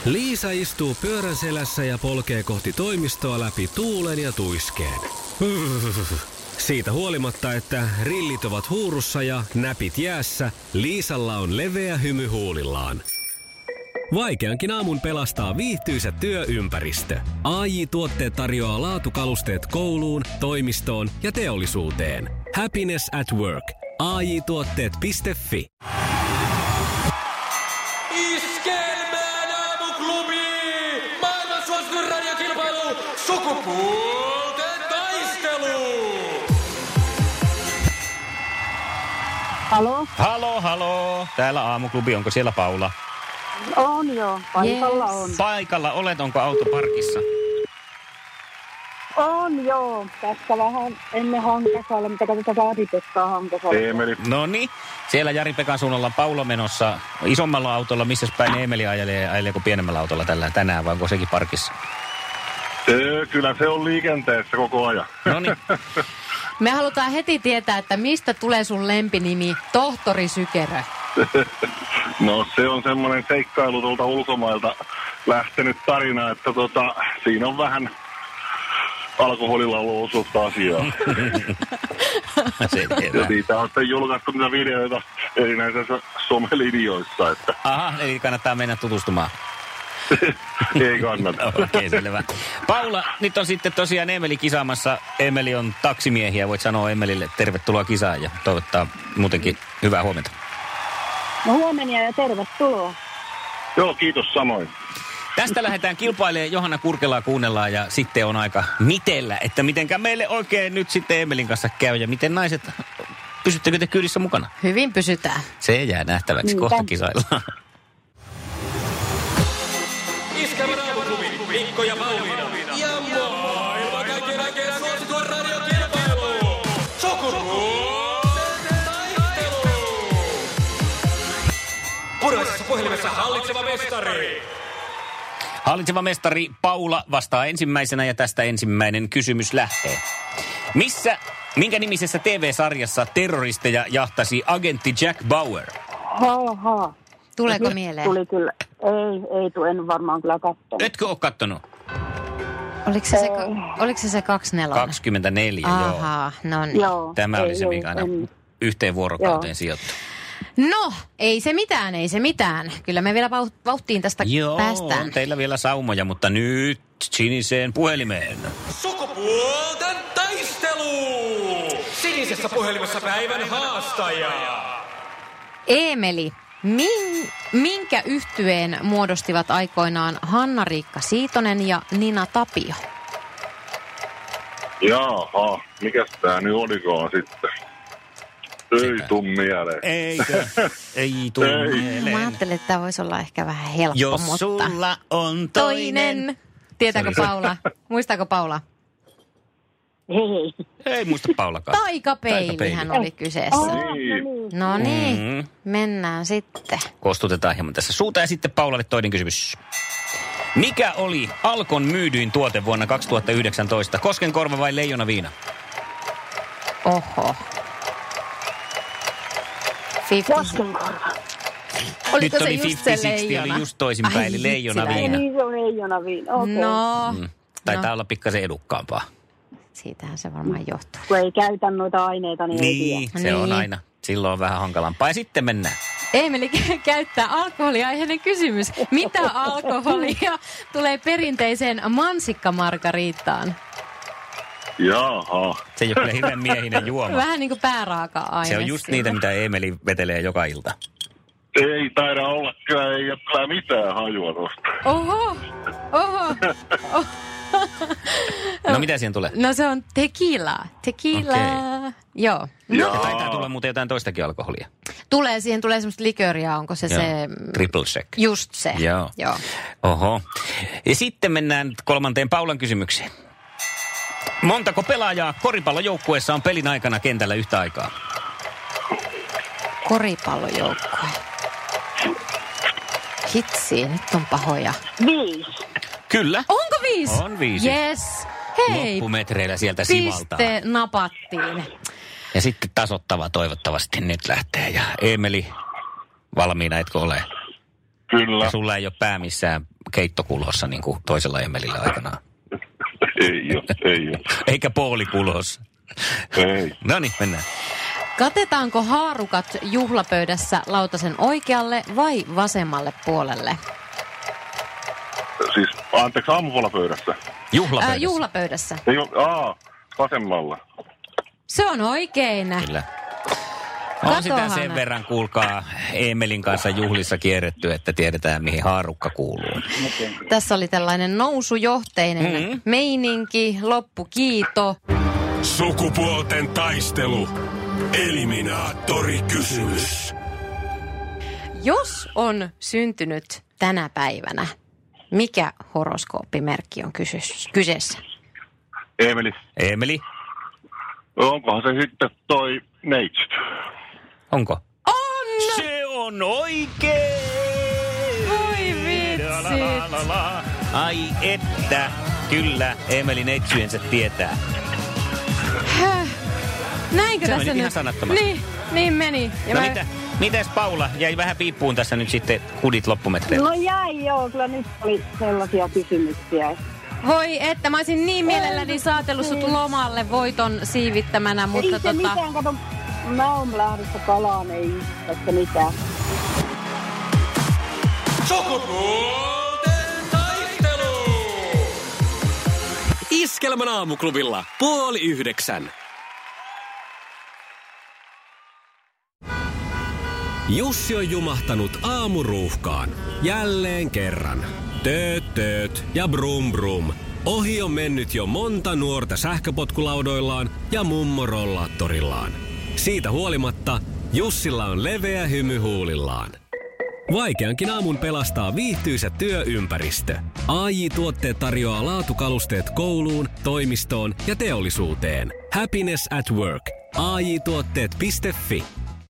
Liisa istuu pyörän selässä ja polkee kohti toimistoa läpi tuulen ja tuiskeen. Siitä huolimatta, että rillit ovat huurussa ja näpit jäässä, Liisalla on leveä hymy huulillaan. Vaikeankin aamun pelastaa viihtyisä työympäristö. AJ-tuotteet tarjoaa laatukalusteet kouluun, toimistoon ja teollisuuteen. Happiness at work. AJ-tuotteet.fi. Iskelmään aamuklubi! Maailman suosituin radiokilpailu! Sukupuolten taistelu! Halo? Halo. Täällä aamuklubi. Onko siellä Paula? On joo, paikalla on. Paikalla olet. Onko auto parkissa? On joo, tässä vähän ennen Hankasalla, mitä katsotaan Jari-Pekkaa Hankasalla. Noniin. Siellä Jari-Pekan suunnalla Paula menossa isommalla autolla. Missäs päin Eemeli ajelee? Ajeleeko pienemmällä autolla tänään vai onko sekin parkissa? Kyllä se on liikenteessä koko ajan. Noniin. Me halutaan heti tietää, että mistä tulee sun lempinimi Tohtori Sykerö. No se on semmoinen seikkailu tuolta ulkomailta lähtenyt tarina, että siinä on vähän alkoholilla ollut osuutta asiaa. Ja siitä on sitten julkaistu niitä videoita erinäisissä somelinjoissa. Että. Aha, eli kannattaa mennä tutustumaan. Ei kannata. Okei, selvä. Paula, nyt on sitten tosiaan Eemeli kisaamassa. Eemeli on taksimiehiä. Voit sanoa Eemelille tervetuloa kisaan ja toivottaa muutenkin hyvää huomenta. No huomenia ja tervetuloa. Joo, kiitos samoin. Tästä lähdetään kilpailemaan, Johanna Kurkelaa kuunnellaan ja sitten on aika mitellä, että mitenkä meille oikein nyt sitten Eemelin kanssa käy ja miten naiset, pysyttekö te kyydissä mukana? Hyvin pysytään. Se jää nähtäväksi, kohta kisaillaan. Iskelmän aamuklubi, Mikko ja Pauliina. Ja maailman kaikkien aikeen suosituen radiokilpailu. Sukupuolten taistelu. Puraisessa puhelimessa hallitseva mestari. Hallitseva mestari Paula vastaa ensimmäisenä ja tästä ensimmäinen kysymys lähtee. Minkä nimisessä TV-sarjassa terroristeja jahtasi agentti Jack Bauer? Tuleeko mieleen? Tuli kyllä. Ei en varmaan kyllä kattonut. Etkö ole kattonut? Oliko se 24? 24, joo. Ahaa, no niin. Tämä oli se, mikä aina yhteen vuorokauteen sijoittui. No, ei se mitään. Kyllä me vielä vauhtiin tästä päästään. On teillä vielä saumoja, mutta nyt siniseen puhelimeen. Sukupuolten taistelu! Sinisessä puhelimessa päivän haastaja. Eemeli, minkä yhtyeen muodostivat aikoinaan Hanna-Riikka Siitonen ja Nina Tapio? Jaha, mikäs tää nyt olikoon sitten? Ei tuu mieleen. Eikö? Ei tuu mieleen. Mä ajattelin, että tämä voisi olla ehkä vähän helppo, Jos mutta... sulla on toinen. Tietääkö Paula? Muistaako Paula? Ei muista Paulakaan. Taikapeilihän oli kyseessä. No niin, mennään sitten. Kostutetaan hieman tässä suuta ja sitten Paulalle toinen kysymys. Mikä oli Alkon myydyin tuote vuonna 2019? Koskenkorva vai leijonaviina? Oho. Koskenkorva. Oliko nyt se oli just se 50-60, leijona? oli just toisinpäin, eli leijonaviina. Niin se on leijonaviina, okei. No. Taitaa olla pikkasen edukkaampaa. Siitähän se varmaan johtuu. Kun ei käytä noita aineita, niin ei tiedä. Se on aina. Silloin on vähän hankalampaa. Ja sitten mennään. Eemeli käyttää alkoholiaiheinen kysymys. Mitä alkoholia tulee perinteiseen mansikkamargariittaan? Jaha. Se ei ole kyllä hirveän miehinen juoma. Vähän niin kuin pääraaka-aine. Se on just niitä, mitä Eemeli vetelee joka ilta. Ei taida olla, kyllä ei ole kyllä mitään hajua tosta. Oho. No mitä siihen tulee? No se on tequila. Okei. Joo. Ja taitaa tulla muuten jotain toistakin alkoholia. Siihen tulee semmoista likööriä, onko se Joo. se... Triple sec. Just se. Joo. Joo. Oho. Ja sitten mennään kolmanteen Paulan kysymykseen. Montako pelaajaa koripallojoukkueessa on pelin aikana kentällä yhtä aikaa? Koripallojoukkue. Hitsi, nyt on pahoja. 5. Kyllä. Onko 5? On 5. Yes. Hei. Loppumetreillä sieltä sivaltaa. Piste napattiin. Ja sitten tasoittava toivottavasti nyt lähtee. Ja Eemeli, valmiina etkö ole? Kyllä. Ja sulla ei ole pää missään keittokulossa niin kuin toisella Emelillä aikanaan? Ei ole. Eikä poolikulossa? Ei. No niin, mennään. Katetaanko haarukat juhlapöydässä lautasen oikealle vai vasemmalle puolelle? Siis, anteeksi, aamupuolapöydässä? Juhlapöydässä. Juhlapöydässä. Vasemmalla. Se on oikein. Kyllä. On sitä sen verran, kuulkaa, Emelin kanssa juhlissa kierretty, että tiedetään, mihin haarukka kuuluu. Tässä oli tällainen nousujohteinen meininki, loppukiito. Sukupuolten taistelu. Eliminaattorikysymys. Jos on syntynyt tänä päivänä, mikä horoskooppimerkki on kyseessä? Emeli. Onkohan se sitten toi neitsyt? Onko? On! Se on oikein! Voi vitsit! Ai että, kyllä, Emeli neitsyensä tietää. Näinkö se tässä nyt? Ihan sanattomasti. Niin meni. Ja no mitäs Paula? Jäi vähän piippuun tässä nyt sitten hudit loppumetreillä. No jäi joo, kyllä nyt oli sellaisia kysymyksiä. Voi että, mä olisin niin mielelläni saatellut sut lomalle voiton siivittämänä, mutta ei se mitään, kato, mä oon lähdössä kalaan, ei tässä mitään. Sukupuolten taistelu! Iskelmän aamuklubilla 8:30. Jussi on jumahtanut aamuruuhkaan. Jälleen kerran. Tööt ja brum brum. Ohi on mennyt jo monta nuorta sähköpotkulaudoillaan ja mummorollaattorillaan. Siitä huolimatta Jussilla on leveä hymy huulillaan. Vaikeankin aamun pelastaa viihtyisä työympäristö. AJ-tuotteet tarjoaa laatukalusteet kouluun, toimistoon ja teollisuuteen. Happiness at work. AJ-tuotteet.fi